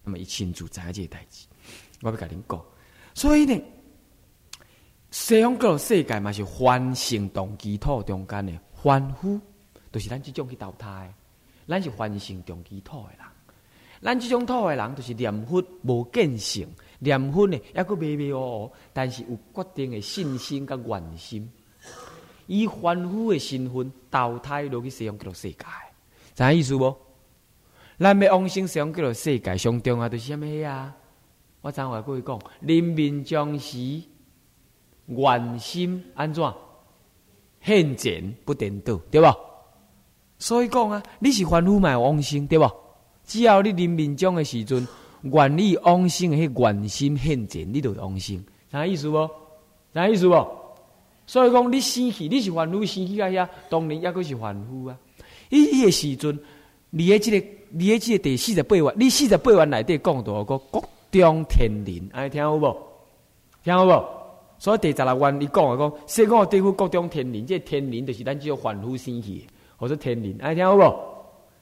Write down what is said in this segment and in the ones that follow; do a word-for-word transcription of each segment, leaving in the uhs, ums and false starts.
那么伊亲自知影这个代志，我要甲恁讲。所以呢，西方极乐世界嘛是凡圣同居土中间的凡夫，就是咱这种去投胎的，咱是凡圣同居土的人。咱这种土的人，就是念佛无见性，念佛呢还佫迷迷糊糊，但是有决定的信心甲愿心，以凡夫的身份投胎落去西方极乐世界，知影意思无？咱要往生西方极乐世界，上重要就是啥物啊？我昨下各位讲，临命终时，愿心安怎现前不颠倒，对吧？所以讲啊，你是凡夫嘛往生，对吧？只要你临命终的时阵，愿意往生的迄愿心现前，你就会往生，啥意思无？啥意思无？所以讲，你生气，你是凡夫生气啊遐，当然也佫是凡夫啊。伊迄个时阵，你喺这个，你喺这个第四十八愿，你四十八愿内底讲到个国中天人，安尼听有无？听有无？所以第十六愿伊讲啊讲，说讲对付国中天人，这个天人就是咱这个凡夫生气，或者天人，安尼听有无？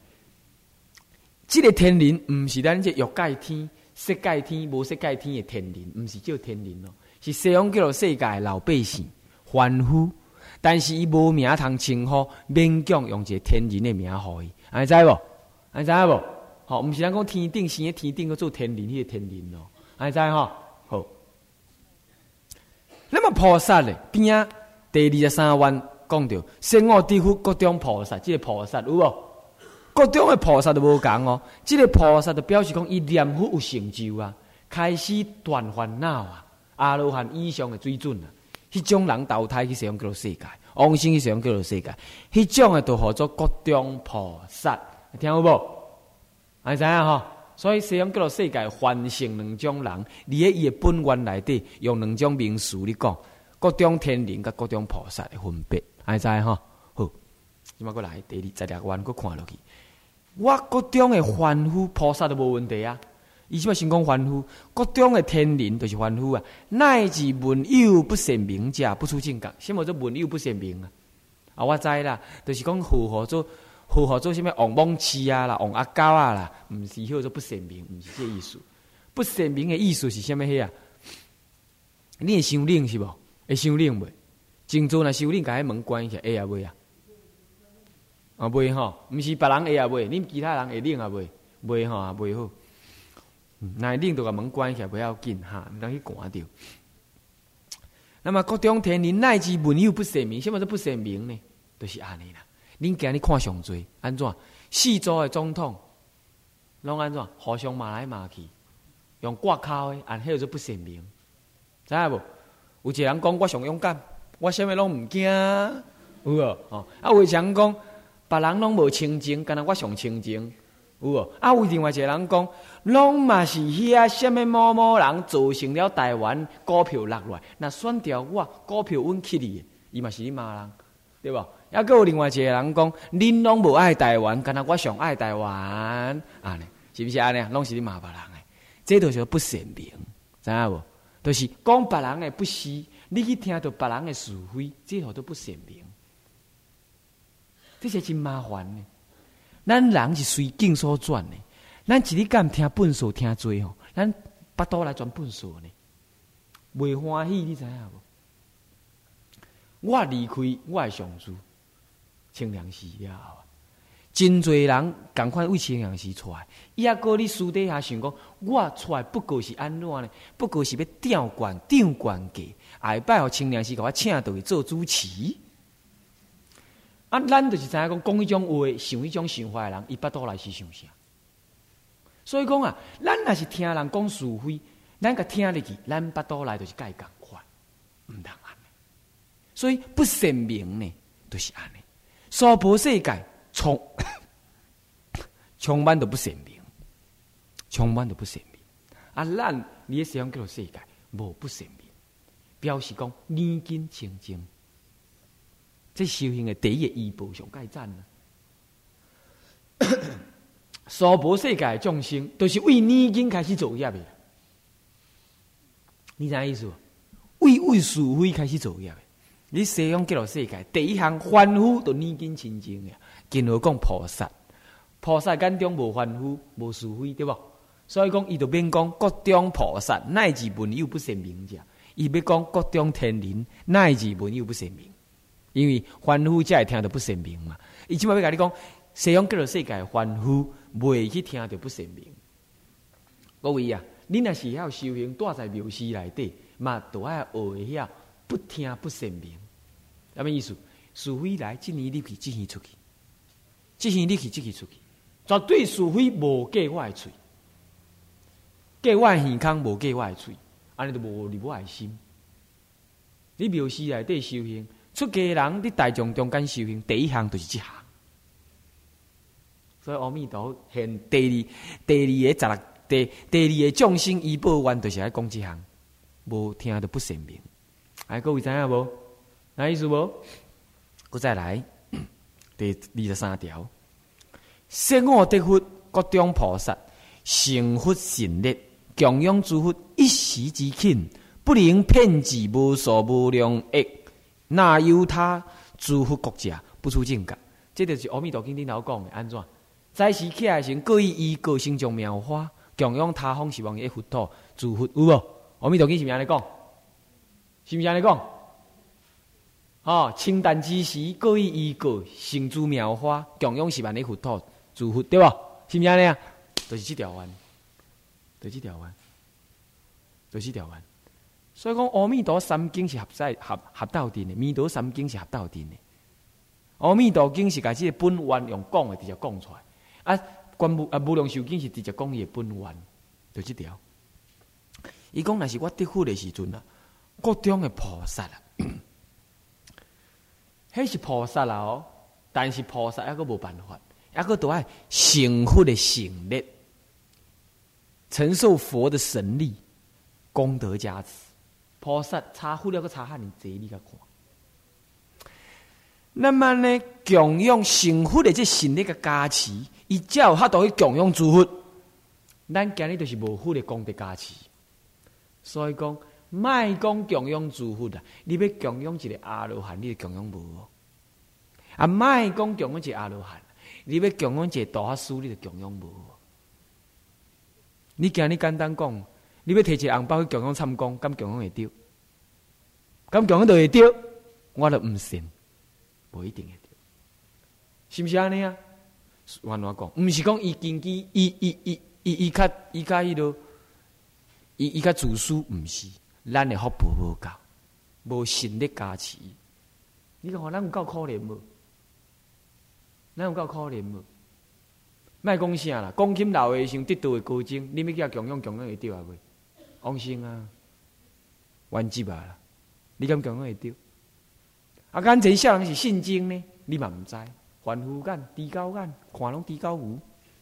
这个天人唔是咱这欲界天、色界天、无色界天的天人，唔是叫天人咯，是西方极乐世界的老百姓凡夫，但是伊无名通称呼，勉强用一个天人的名呼伊，安尼知无？安尼知无？吼，唔是咱讲天顶生的天顶去做天人，迄、那个天人咯，安尼知吼？好。那么菩萨咧边啊？第二十三愿讲到，生我地府各种菩萨，这个菩萨有无？各种的菩萨都无共哦，这个菩萨就表示讲，伊念佛有成就啊，开始断烦恼啊，阿罗汉以上的水准啊，迄种人投胎去西方极乐世界，往生去西方极乐世界，迄种的都叫做各种菩萨，听有无？安知影吼？所以西方极乐世界凡圣两种人，伫喺伊的本愿内底，用两种名词嚟讲，各种天人甲各种菩萨的分别，安知影吼？好，今麦过来第二十六愿，搁看落去。我各种的凡夫菩萨都无问题啊！伊即摆先讲凡夫，各种的天人就是凡夫啊。乃至闻有不显明者，不出正觉。什么叫闻有不显明啊？啊，我知啦，就是讲好好做，好好做什么王莽痴啊啦，王阿狗啊啦，毋是叫做不显明，毋是这意思。不显明的意思是啥物迄啊？你会伤冷是无？会伤冷袂？静坐若伤冷，甲迄门关起来，会啊袂啊？啊，袂吼，毋是别人会啊袂，恁其他人会冷啊袂，袂吼啊袂好。若冷就甲门关起来，不要紧哈，毋通去寒着。那么各种天人乃至闻有不显明，什么叫不显明呢？就是安尼啦。恁今日看上侪安怎？四周的总统拢安怎？互相骂来骂去，用挂口的，按迄个做不显明，知影无？有一个人讲我上勇敢，我啥物拢毋惊，有无？哦，啊，有一个人讲。别人拢无清净，干那我上清净，有无？啊，有另外一个人讲，拢嘛是遐什么某某人造成了台湾股票落来，那选掉我股票稳起哩，伊嘛是你骂人，对无？还佫有另外一个人讲，恁拢无爱台湾，干那我上爱台湾，安尼是不是安尼？拢是你骂别人诶，这就是不显明，知影无？就是讲别人诶不是，你去听到别人诶是非，这号都不显明。这些真麻烦呢。咱人是随境所转呢。咱一日敢听本数听多吼，咱巴肚来转本数呢，袂欢喜，你知影无？我离开我的上司清凉寺了后，真侪人共款为清凉寺出来，伊也搁你私底下想讲，我出来不过是安怎呢？不过是要调管、调管价，下一摆互清凉寺甲我请倒去做主持。啊，咱就是知影讲，讲迄种话、想迄种想法的人，伊巴肚内是想啥？所以讲啊，咱若是听人讲是非，咱甲听入去，咱巴肚内就是介共款，毋通安尼。所以不显明呢，就是安尼。娑婆世界充充满都不显明，充满都不显明。啊，咱你咧西方极乐世界无不显明，表示讲念经清净。这修行的第一个依报上介赞啊！娑婆世界的众生都、就是为念经开始造业的，你知影意思？为为是非开始造业的。你西方极乐世界第一项凡夫都念经清净的，更何讲菩萨？菩萨眼中无凡夫无是非，对不？ 所以讲，伊就免讲各种菩萨乃至文有不神明者，伊要讲各种天人乃至文有不神明，因为凡夫才会听到不神明嘛。伊即摆要甲你讲，西方叫做世界凡夫，袂去听到不神明。各位啊，你若是晓修行，住在庙寺内底，嘛都爱学会晓不听不神明。什么意思？是非来，这年你去，这年出去；这年你去，这年出去，绝对是非无过我的嘴，过我的耳孔，无过我的嘴，安尼就无入我的心。你庙寺内底修行，出家人伫大众中间修行，第一项就是这项。所以阿弥陀现第二、第二个十六、第第二个众生医报愿，就是爱讲这项，无听到不神明。哎，各位知影无？哪意思无？我再来第二十三条：摄我得佛各种菩萨，成佛神力，供养诸佛一时之庆，不能骗自无数无量亿，哪有他诸佛国家不出境界？这就是阿弥陀经顶头讲的安怎？在时起来时，各以依个性中妙法，供养他方是王爷佛土诸佛有无？阿弥陀经是咪安尼讲？是咪安尼讲？哦，清淡之时，各以依个成诸妙法，供养是万的佛土诸佛，对吧？是咪安尼啊？就是这条弯，就是这条弯，就是这条弯。所以讲，阿弥陀三经是合在合合斗阵的，弥陀三经是合斗阵的。阿弥陀经是把这个本愿用讲的直接讲出来，啊，观无啊无量寿经是直接讲伊的本愿，就这条。伊讲若是我得佛的时阵啊，各种的菩萨啊。迄是菩萨啦哦，但是菩萨还阁无办法，还阁都爱成佛的神力，承受佛的神力，功德加持。菩萨差佛了，阁差汉尼济，你甲看。那么呢，供养成佛的这神力个加持，伊才有法度去供养诸佛。咱今日就是无佛的功德加持，所以讲。莫讲供养诸佛啊！你要供养一个阿罗汉，你就供养无；啊，莫讲供养一个阿罗汉，你要供养一个大法师，你就供养无。你今日简单讲，你要摕一个红包去供养参公，敢供养会着？敢供养就会着？我就唔信，无一定会着，是不是安尼啊？换我讲，唔是讲伊经济，伊伊伊伊伊较伊较迄落，伊伊较自私，唔是。咱的福报无够，无神力加持。你看，咱有够可怜无？咱有够可怜无？莫讲啥啦，讲起老和尚得道的高僧，你要叫供养供养会着啊？袂？往生啊，冤结啊！你敢供养会着？啊，敢真少人是信经呢？你嘛唔知，凡夫眼、低高眼，看拢低高有，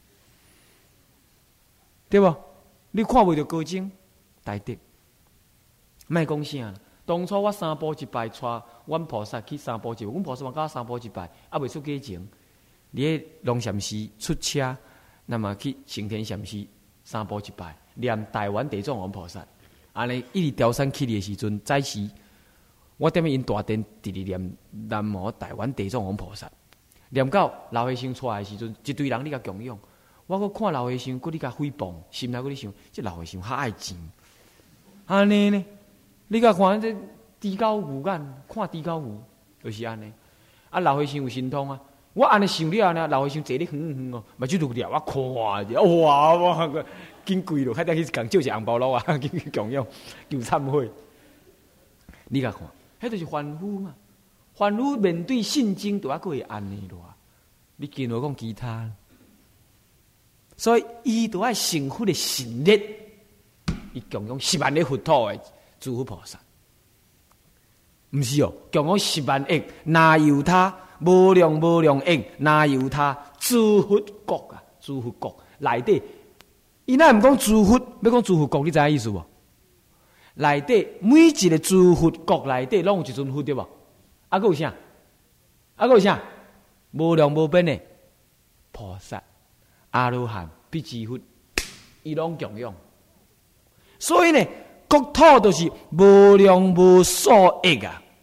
对无？你看袂着高僧大德。莫讲啥啦！当初我三步一拜，带阮菩萨去三步一拜，阮菩萨嘛教三步一拜，啊未出家前，你迄龙禅师出车，那么去成天禅师三步一拜，念台湾地藏王菩萨，安尼一直调山去的时阵，早时我踮咧因大殿直直念南无台湾地藏王菩萨，念到老和尚出来的时阵，一堆人你甲供养，我搁看老和尚，搁你甲诽谤，心内搁你想，这老和尚较爱钱，安尼呢？你甲看这低高牛眼，看低高牛就是安尼。啊，老和尚有神通啊！我安尼想了呢，老和尚坐咧远远哦，目睭都了我看者，哇哇，真贵咯！还得去共借一红包佬啊，去供养求忏悔。你甲看，迄就是凡夫嘛。凡夫面对信经，都还可以安尼咯。你见我讲其他，所以伊都爱成佛的神力，伊供养十万的佛土的。诸佛菩萨，唔是哦，供养十万亿，哪有他无量无量亿？哪有他诸佛国啊？诸佛国内底，伊那唔讲诸佛，要讲诸佛国，你知影意思无？内底每一个诸佛国内底，拢有一尊佛对无？啊，个有啥？啊，个有啥？无量无边的菩萨、阿罗汉、辟支佛，伊拢供养。所以呢。国土都是无量无数亿啊！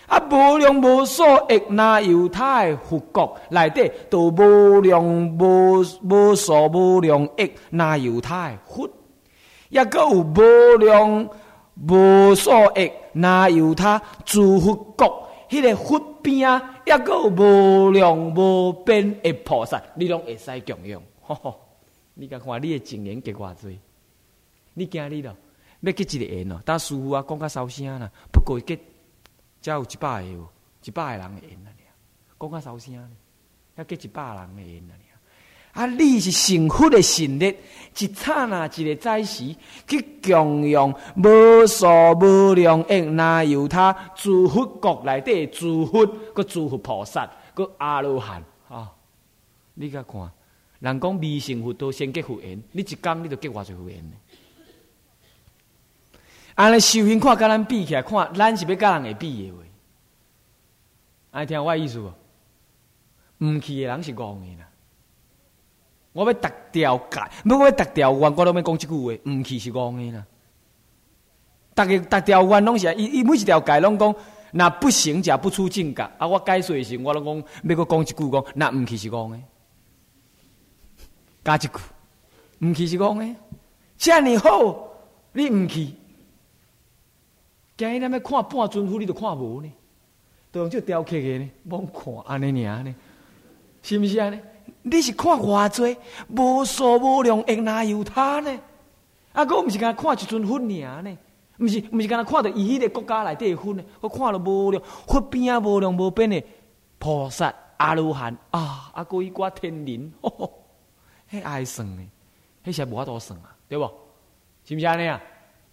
啊，无量无数亿哪有他的佛国内底，都无量无无数无量亿哪有他的佛，也个有无量无数亿哪有他诸佛国，迄、那个佛边啊，也个有无量无边的菩萨，你拢会使供养。吼吼，你甲看你的情缘结偌济，你惊你咯？要结一个缘哦，但师父啊讲较烧声啦，不过结。才有一百个有，一百个人会缘啦，讲较烧声咧，还计一百人会缘啦。啊，你是成佛的神力，一刹那一个在时去供养无数无量亿哪有他诸佛国内底诸佛，个诸佛菩萨，个阿罗汉啊！你甲看，人讲未成佛都先结佛缘，你一工你就结偌侪佛缘呢？安尼修行看甲咱比起来，看咱是要甲人会比的话，安听我意思无？毋去的人是戆的啦。我要逐条界，要我要逐条弯，我都要讲即句话，毋去是戆的啦。逐个逐条弯拢是，伊伊每一条界拢讲，若不行者不出境界。啊，我解说时，我拢讲要佮讲一句讲，若毋去是戆的，加一句，毋去是戆的，遮尼好，你毋去。今日咱要看半尊佛，你都看无呢，都用这雕刻的呢，罔看安尼尔呢，是毋是安尼？你是看偌济，无数无量亿哪有他呢？啊，佫毋是干看一尊佛尔呢？毋是毋是干看到伊迄个国家内底的佛呢？我看到无量佛边啊，无量无边的菩萨阿罗汉啊，啊，佫伊寡天人，吼吼，迄爱算呢，迄是无法度算啊，对无？是毋是安尼啊？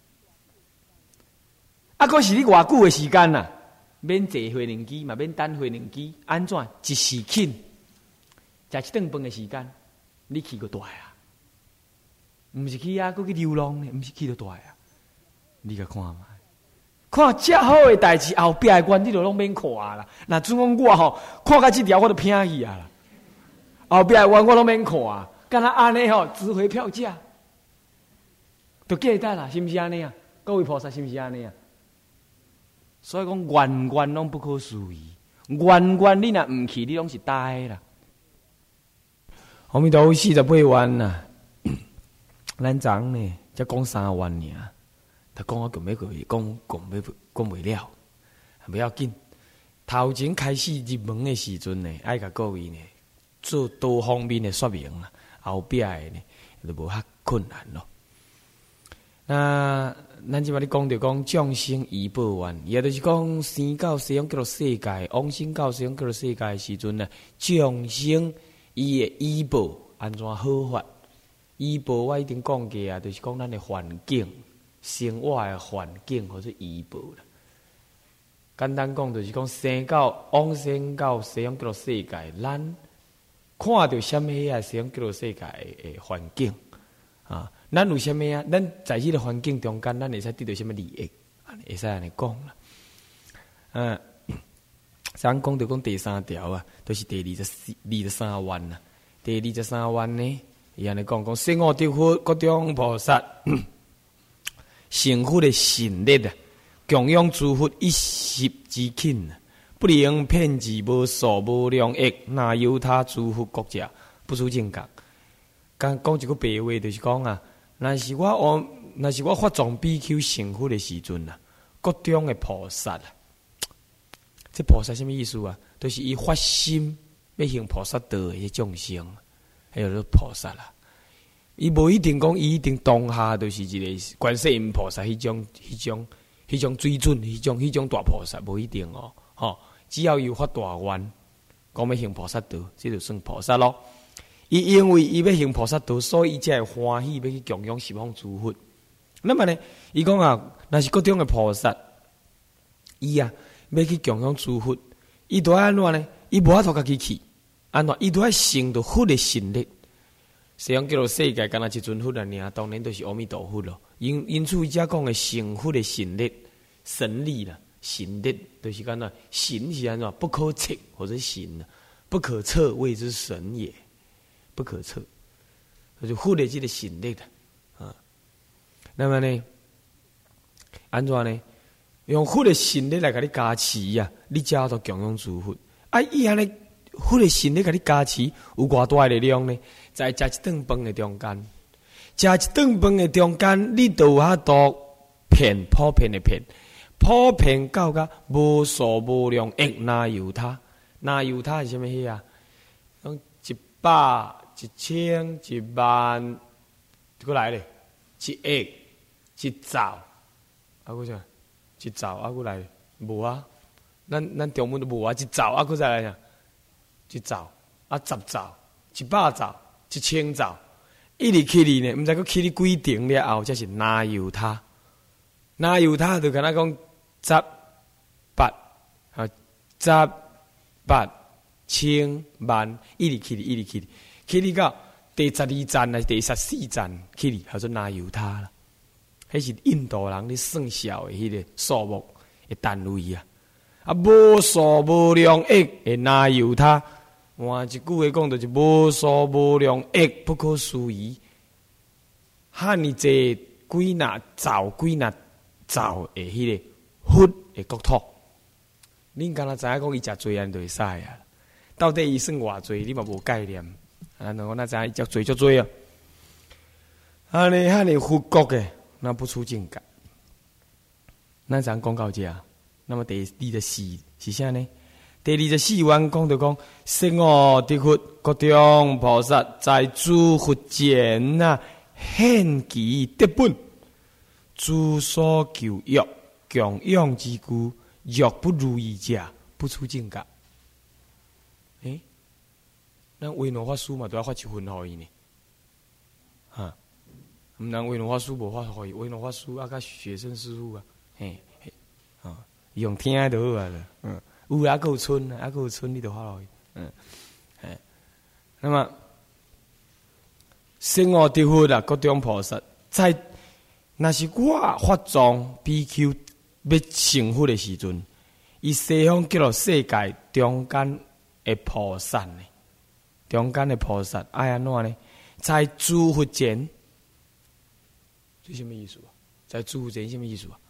啊，佫是你偌久的时间呐、啊？免坐回轮机嘛，免等回轮机，安怎一时顷，食一顿饭的时间，你去个大啊？毋是去啊，佫去流浪呢？毋是去个大啊？你甲看嘛，看遮好的代志，后壁的关你就拢免看啦。那总讲我吼，看到这条我都偏去啊啦。后壁的关我拢免看，干那安尼吼，值回票价，就记得啦，是毋是安尼啊？各位菩萨，是毋是安尼啊？所以讲，愿愿拢不可思议，愿愿你若毋去，你拢是呆啦。阿弥陀佛，四十八愿呐，咱昨呢才讲三愿尔，他讲我讲要个，讲讲要讲袂了，不要紧。头前开始入门的时阵呢，爱甲各位呢做多方面的说明啦，后壁的呢就无遐困难咯。那咱即摆咧讲着讲众生依报愿，也就是讲生到西方叫做世界，往生到西方叫做世界的时阵呢，众生伊的依报安怎好法？依报我已经讲过啊，就是讲咱的环境、生活的环境或者依报啦。简单讲就是讲生到往生到西方叫做世界，咱看到什么啊？西方叫做世界的环境啊？咱有啥物啊？咱在迄个环境中间，咱会使得到什么利益？会使安尼讲啦。嗯，咱讲着讲第三条啊，都、就是第二十四、二十三愿啦。第二十三愿呢，伊安尼讲讲，生我得佛各种菩萨，成佛的神力啊，供养诸佛一时之顷啊，不能骗至无数无量亿，哪有他诸佛国者不出境界？讲讲一个白话，就是讲啊。若是我我，若是我发藏比丘成佛的时阵啊，各种的菩萨啊，这菩萨什么意思啊？都、就是伊发心要行菩萨道的众生，还有个菩萨啦。伊无一定讲，伊一定当下都是一个观世音菩萨迄种、迄种、迄种水准、迄种、迄种大菩萨，无一定哦。吼，只要有发大愿，讲要行菩萨道，这就算菩萨咯。伊因为伊要行菩萨道，所以伊才会欢喜要去供养十方诸佛。那么呢，伊讲啊，若是各种的菩萨，伊啊要去供养诸佛，伊都安怎呢？伊无法度家己去，安怎？伊都要成着佛的神力。西方叫做世界，敢若一尊佛啊，尔当然都是阿弥陀佛咯。因因此，伊遮讲的成佛的神力、神力啦、神力，就是讲呐，神是安怎不可测或者神啊，不可测谓之神也。不可测，就忽略这个神力的啊。那么呢，安怎呢？ 用佛的神力来给你加持啊，你才有供养诸佛。啊，伊安尼佛的神力给你加持，有偌大的力量呢？在食一顿饭的中间，食一顿饭的中间，你都有法度骗普遍的骗，普遍到个无数无量亿那由他，那由他是什么戏啊？讲一百、一千、一万，过来咧，一亿、一兆，啊，个啥？一兆啊，过来咧，无啊？咱咱中文都无啊，一兆啊，过再来呀，一兆啊，十兆、一百兆、一千兆，一直去哩呢，毋知佮去哩几顶了后，才是那由他。那由他就跟他讲十八啊，十八千万，一直去哩，一直去哩，去哩到第十二站啊，第十四站去哩，叫做那由他啦。迄是印度人咧算数的迄个数目的单位啊，啊无数无量亿的那由他。换一句话讲，就是无数无量亿不可思议，哈尼济几那造几那。造的迄个佛的国土，恁敢若知影讲伊食罪安就会使啊？到底伊算偌罪，你嘛无概念。啊，我那知影伊食罪足罪啊！安尼哈尼佛国的，那不出境界。咱怎讲到这？那么第二十四是啥呢？第二十四愿讲就讲，生我的佛各中菩萨在诸佛前啊，显其德本。诸所求欲供养之故，若不如意者，不出境界。诶，咱维诺法师嘛，都要发一份互伊呢。哈，毋通维诺法师无发互伊，维诺法师啊，甲学生师傅啊，嘿，嘿，啊，用听就好啊了。嗯，有啊，够村啊，够村，你就发互伊。嗯，哎，那么生我的佛啊，各种菩萨在。若是我发藏比丘要成佛的时阵，伊西方极乐世界中间的菩萨呢，中间的菩萨爱安怎呢？在诸佛前，这什么意思啊？在诸佛前什么意思啊？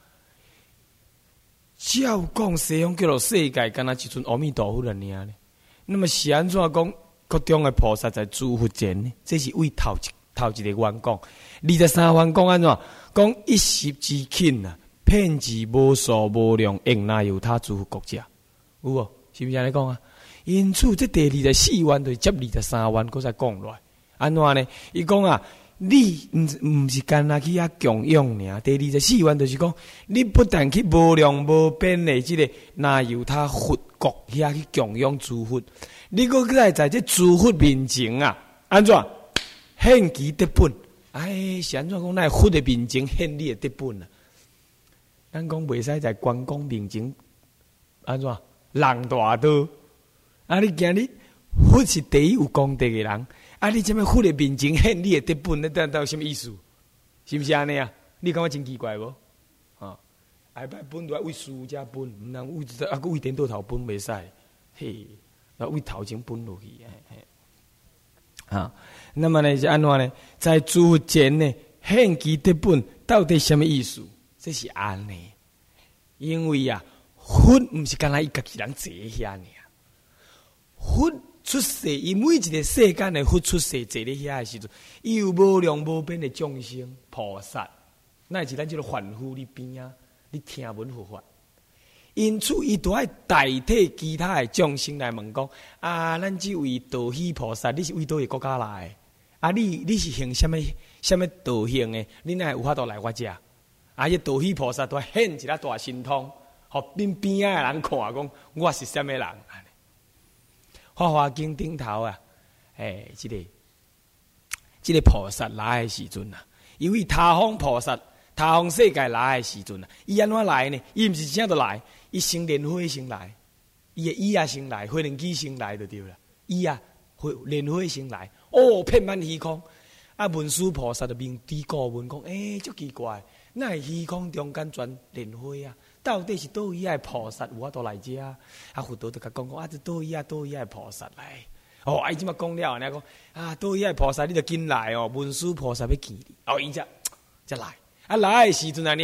照讲西方极乐世界，敢若一尊阿弥陀佛了呢？那么是安怎讲各种的菩萨在诸佛前呢？这是为头一头一个愿讲，二十三愿讲安怎？讲一时之顷啊，遍及无数无量亿那由他诸佛国家，有无？是不是安尼讲啊？因此，这第二十四愿就接二十三愿，搁再讲落来。安怎呢？伊讲啊，你毋毋是干那去遐供养尔？第二十四愿就是讲，你不但去无量无边的这个那由他佛国遐去供养诸佛，你搁再在这诸佛面前啊，安怎显其德本？哎，是安怎讲？那佛的面前显你的德本啊！咱讲袂使在关公面前安怎人大刀？啊，你今日佛是第一有功德的人，啊，你这么佛的面前显你的德本，那到底有什么意思？是不是安尼啊？你感觉真奇怪无？啊，下摆本都要为输家本，毋能为啊个为颠倒头本袂使，嘿，要为头前本落去，嘿嘿。啊，那么呢是安怎呢？在诸佛前呢，显其德本，到底什么意思？这是安尼，因为啊，佛唔是干那伊家己人坐遐尔，佛出世，伊每一个世间的佛出世坐咧遐的时阵，伊有无量无边的众生菩萨，那是咱这个凡夫你边啊，你听闻佛法。因此，伊都爱代替其他的众生来问讲：啊，咱这位道喜菩萨，你是为倒位国家来的？啊，你你是行什么什么道行的？你哪有法度来我这？啊，这道喜菩萨都显一个大神通，互边边啊人看讲我是什么人？花花经顶头啊，诶，这个这个菩萨来的时阵啊，因为他方菩萨。他方世界来的时阵啊，伊安怎来呢？伊毋是真正都来，伊先莲花先来，伊的伊啊先来，花轮机先来就对了。伊啊，莲花先来，哦，遍满虚空。啊，文殊菩萨就面对过问讲：诶、欸，足奇怪，那虚空中间转莲花啊？到底是倒位的菩萨有法度来遮？啊，佛陀就甲讲讲啊，这倒位啊，倒位的菩萨来。哦，啊，伊即马讲了，安尼讲啊，倒位的菩萨你着紧来哦，文殊菩萨要见你，哦，伊则则来。啊，来的时阵啊，呢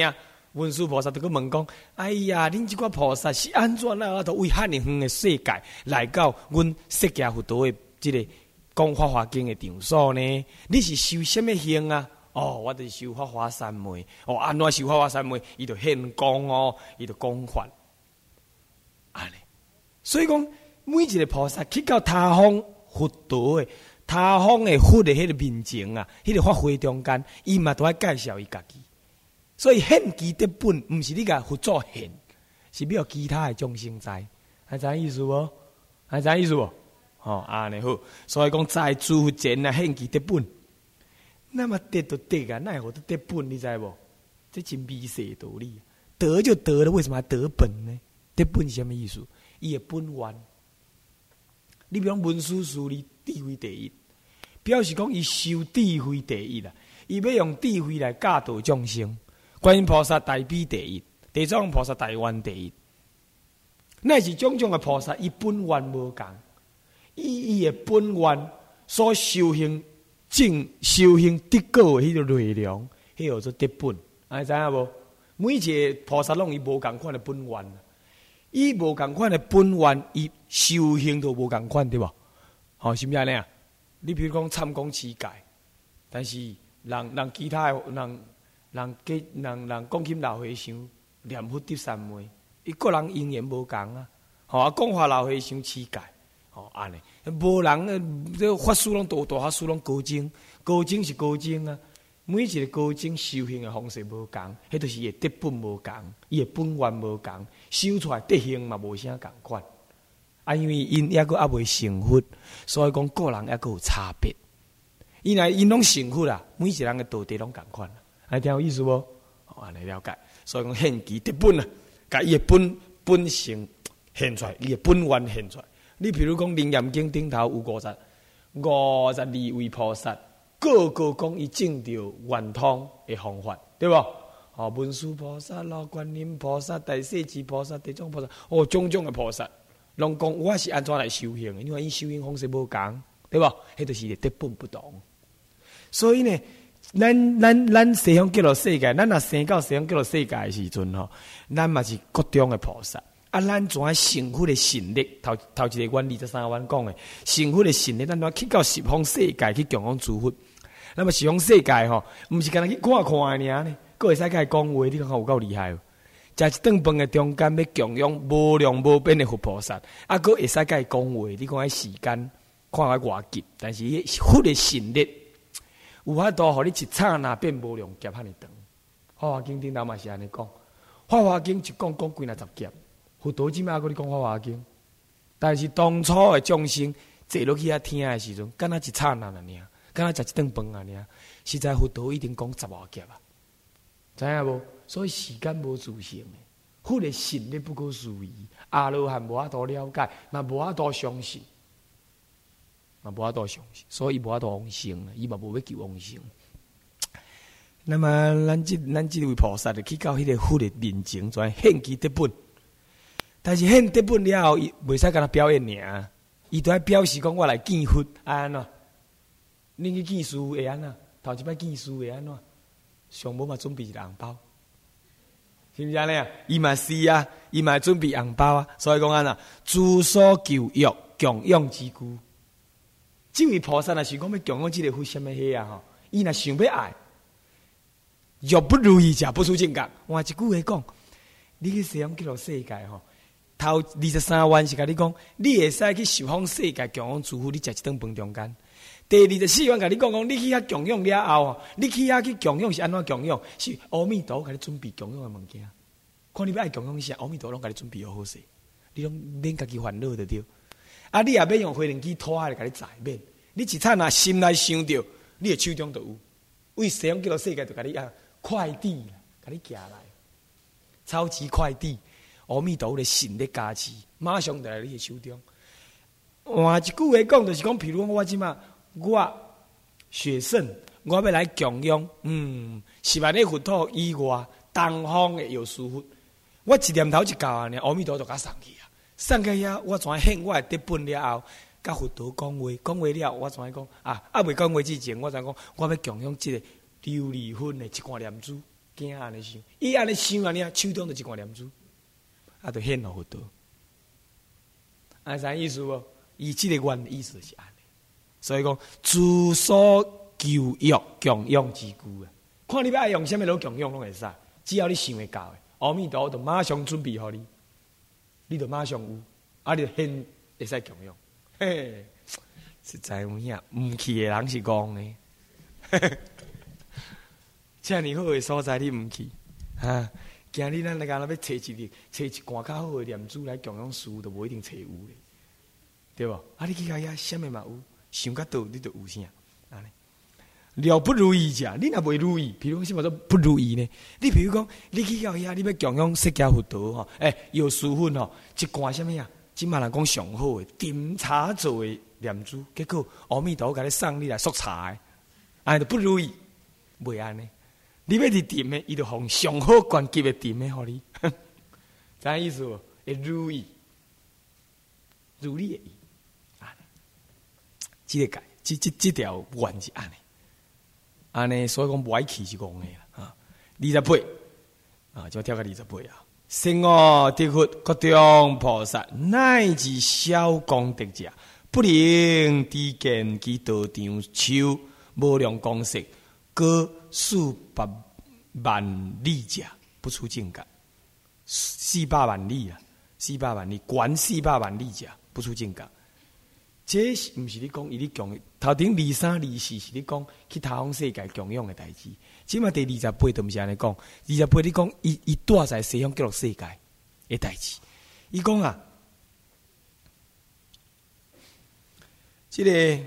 文殊菩萨就去问讲：哎呀，恁即个菩萨是安怎啊？都为遐尼远的世界来到阮释迦佛陀的即个讲法华经的场所呢？你是修什么行啊？哦，我就是修法华三昧。哦，安怎修法华三昧？伊就现讲哦，伊就讲法。安尼，所以讲每一个菩萨去到他方佛陀的、他方的佛的迄个面前啊，迄、那个法会中间，伊嘛都爱介绍伊家己。所以现其德本，毋是你甲佛祖现，是要其他的众生在，还知意思无？还知意思无？哦，安尼好。所以讲在诸佛前啊，现其德本。那么得就得啊，奈何得德本？你知无？这真微细的道理。得就得了，为什么还得本呢？德本是什么意思？伊的本源。你比如文殊师利智慧第一，表示讲伊修智慧第一啦，伊要用智慧来教导众生。观音菩萨大悲第一，地藏王菩萨大愿第一，乃是种种的菩萨，伊本愿无共，伊伊的本愿所修行正修行得果的迄个内容，迄叫做德本，你知影无？每一个菩萨拢伊无共款的本愿，伊无共款的本愿，伊修行都无共款，对无？好、哦，是毋是安尼啊？你比如讲参讲持戒，但是人人其他的人。人给人人讲起老和尚念佛得三昧，伊个人因缘无共啊。吼、啊，讲话老和尚持戒，吼安尼，无人这法师拢大大法师拢高精，高精是高精啊。每一个高精修行的方式无共，迄就是伊德本无共，伊的本愿无共，修出来德行嘛无啥共款。啊，因为因抑个还未成佛，所以讲个人抑个有差别。因来因拢成佛啦，每一个人的道德拢共款。还听有意思无？哦，安尼了解。所以讲现其德本啊，甲伊的本本性现出来，伊的本愿现出来。你譬如讲《楞严经》顶头有五十五十二位菩萨，个个讲伊证到圆通的方法，对无？哦，文殊菩萨、老观音菩萨、大势至菩萨、地藏菩萨，哦，种种的菩萨，拢讲我是安怎来修行的？因为因修行方式无共，对无？迄就是德本不同。所以呢。咱咱咱西方极乐世界，咱若生到西方极乐世界的时阵吼，咱嘛是各种的菩萨。啊，咱怎啊成佛的神力？头头一个阮二十三万讲的成佛的神力，咱怎去到十方世界去供养诸佛？那么十方世界吼，毋是干那去看看的尔呢？佫会使甲伊讲话，你看有够厉害哦！食一顿饭的中间要供养无量无边的佛菩萨，啊，佫会使甲伊讲话，你看迄时间看下偌急，但是迄佛的神力。有法度，互你一刹那变无量劫，遐尼长。法华经顶头嘛是安尼讲，法华经一讲讲几若十劫，佛陀即摆搁你讲法华经，但是当初的众生坐落去遐听的时阵，敢若一刹那尔，敢若食一顿饭啊尔，实在佛陀一定讲十外劫啊，知影无？所以时间无自性的，佛的神力不可思议，阿罗汉无法度了解，嘛无法度相信。嘛无法度相信，所以伊无法度往生，伊嘛无要求往生。那么咱即咱即位菩萨就去到迄个佛的面前，就现其德本。但是现德本了后，伊袂使甲他表演尔，伊都要表示讲我来见佛安怎？恁去见师会安怎？头一摆见师会安怎？上无嘛准备一个红包，是毋是安尼啊？伊嘛是啊，伊嘛准备红包啊，所以讲安怎？诸所求欲，供养之故。这位菩萨若是讲要供养这个佛什么迄啊吼，伊若想要爱，若不如意者不出正觉。换一句话讲，你去西方极乐世界吼，头二十三万是甲你讲，你会使去十方世界供养诸佛，你食一顿饭中间。第二十四万甲你讲讲，你去遐供养了后，你去遐去供养是安怎供养？是阿弥陀甲你准备供养的物件。看你要爱供养啥，阿弥陀拢甲你准备好势，你拢免家己烦恼就对。啊！你也要用飞轮机拖下来，甲你载免。你一刹那心内想到，你的手中就有。为西方极乐世界就甲你啊快递，甲你寄来，超级快递。阿弥陀的神力加持，马上就来你的手中。换一句话讲，就是讲，譬如讲我即马我血圣，我要来供养，嗯，十万的佛土以外，东方的有师佛，我一念头一到啊，阿弥陀就甲送去啊。送去遐，我怎现我的德本了后，甲佛陀讲话，讲话了，我怎讲啊？啊，未讲话之前，我怎讲？我要供养这个琉璃粉的一罐念珠， 惊安尼想，伊安尼想安尼啊，手中就一罐念珠，啊，就显互佛陀。啊，啥意思无？伊即个原的意思是安尼，所以讲自所求欲供养之故啊。看你要爱用什么路供养拢会使，只要你想会到的，阿弥陀佛就马上准备互你，你就马上有，啊，你就现会使供养。嘿，实在有影，唔去的人是戆的。嘿嘿，遮尔好的所在你唔去，哈，今日咱来讲要找一个，找一罐较好的念珠来供养师，都无一定找有咧，对无？啊，你去遐遐，什么嘛有，想较倒，你就有啥？安尼。了不如意者，你若袂如意，比如什么叫不如意呢？你比如讲，你去到遐，你要供养释迦佛陀吼，诶、欸，有师傅吼，一罐什么呀？即马人讲上好诶，点茶做诶念珠，结果阿弥陀甲你送你来速茶诶，安尼就不如意，袂安尼。你要是点诶，伊就放上好关级诶点诶，互你，啥意思？会如意，如你诶意，安尼。即个解，即即即条原是安尼。安尼，所以讲不爱去是讲的啦。啊，二十八啊，就跳到二十八啊。生我得佛各种菩萨，乃至小功德者，不能知见其道场，手无量光色，各数百万里者，不出境界。四百万里啊，四百万里，管四百万里者，不出境界。这是毋是你讲伊咧供头顶二三二四是你讲去他方世界供养的代志，即嘛第二十八都毋是安尼讲，二十八你讲伊伊住在西方极乐世界的代志，伊讲啊，即、這个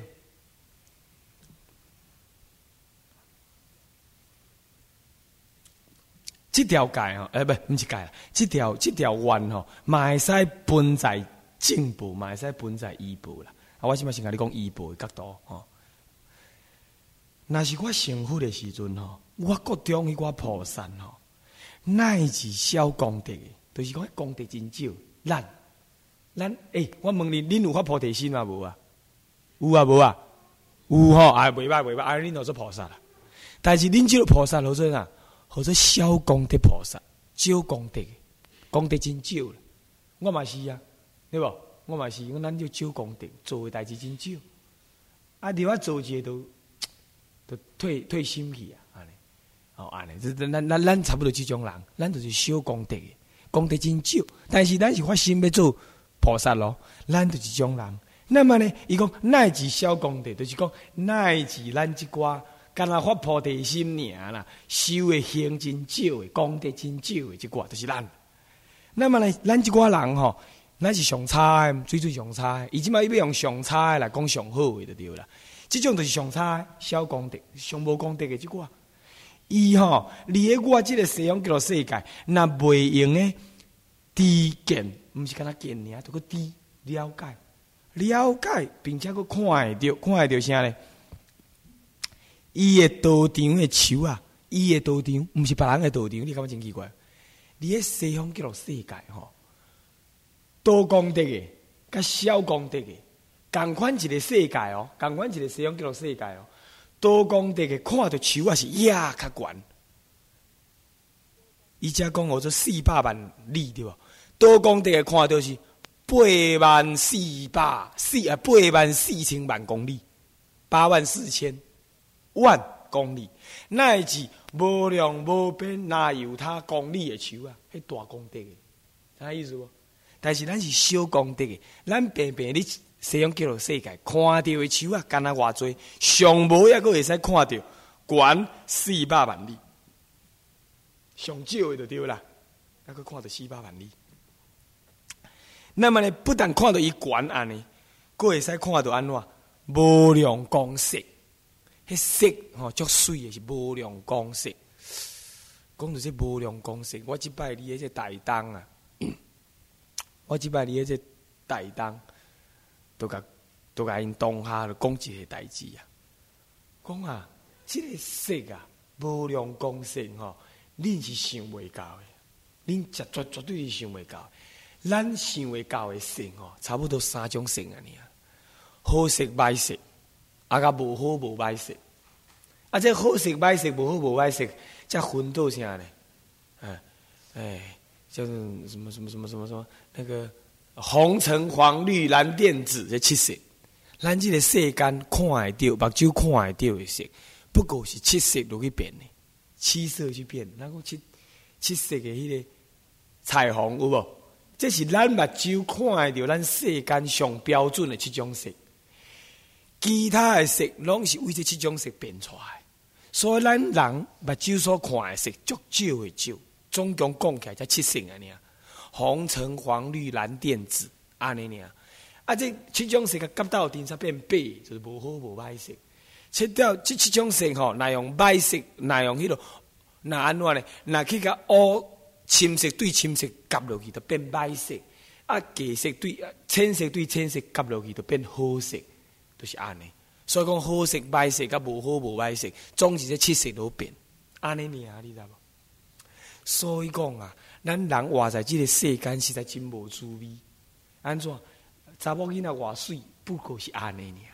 即条界吼，诶、欸，不，毋是界啦，即条即条愿吼，嘛会使分在正部，嘛会使分在依部啦。啊，我即摆先甲你讲依部的角度吼。若是我成佛的时阵吼，我各中迄寡菩萨吼，乃至小功德的，就是讲功德真少。咱咱诶、欸，我问你，恁有发菩提心啊无啊？有啊无啊？有吼，啊袂歹袂歹，啊恁就做菩萨啦。但是恁即个菩萨落做哪？或者小功德菩萨，少功德，功德真少啦。我嘛是啊，对无？我嘛是，咱就少功德，做的代志真少。啊，你我做一个都，都退退心去啊，安尼，哦安尼，这咱咱咱差不多这种人，咱就是少功德的，功德真少。但是咱是发心要做菩萨咯，咱就是这种人。那么呢，伊讲乃至小功德，就是讲乃至咱即寡，干那发菩提心尔啦，修的行真少的，功德真少的，即寡就是咱。那么呢，咱即寡人吼。咱是上差的，最最上差的。伊即摆要用上差的来讲上好的就对啦。即种就是上差的，小功德、上无功德的即寡。伊吼，离咧我即个西方极乐世界，若袂用诶知见，毋是干那见尔，都个知了解、了解，并且佫看会着，看会着啥咧？伊诶道场诶树啊，伊诶道场，毋是别人诶道场，你感觉真奇怪？离咧西方极乐世界吼。多功德的，甲小功德的，共款一个世界哦，共款一个西方极乐世界哦。多功德的看到树啊是呀较悬，伊只讲我做四百万里对无？多功德的看到是八万四百四啊八万四千万公里，八万四千万公里，乃至无量无边哪有他公里的树啊？迄大功德的，啥意思无？但是咱是小功德的，咱平平你西方极乐世界看到的树啊，干那偌济，上无抑个会使看到，悬四百万里，上少的就对啦，抑个看到四百万里。那么呢，不但看到伊悬安尼，佫会使看到安怎无量光色，迄色吼足水的是无量光色。讲到这无量光色，我即摆离迄个大东啊。我即摆伫迄个大东，都甲都甲因当下就讲一个代志啊。讲啊，即、这个色啊，无量光色吼，恁是想袂到的，恁绝绝绝对是想袂到的。咱想袂到的色吼，差不多三种色啊，尔好色、歹色，啊甲无好无歹色。 啊，这好色歹色，无好无歹色，才分到啥呢？哎哎，叫做什么什么什么什么什么那个红橙黄绿蓝靛紫这七色，咱这个世间看会到，目睭看会到的色，不过是七色落去变的，七色去变，那个七七色的迄个彩虹有无？这是咱目睭看会到，咱世间上标准的七种色。其他的色拢是为这七种色变出来，所以咱人目睭所看的色足少的少，总共讲起来才七色啊！尔，红橙黄绿蓝靛紫安尼尔。啊，这七种色个夹到顶才变白，就是无好无歹色。切掉这七种色吼，若用歹色，若用迄落，若安怎呢？若去甲乌深色对深色夹落去，就变歹色；啊，白色对浅色对浅色夹落去，就变好色。就是安尼，所以讲好色歹色甲无好无歹色，总是这七色都变，安尼尔，你知无？所以讲啊，咱人活在这个世间，实在真无滋味。安怎？查某囡仔偌水，不过是安尼尔。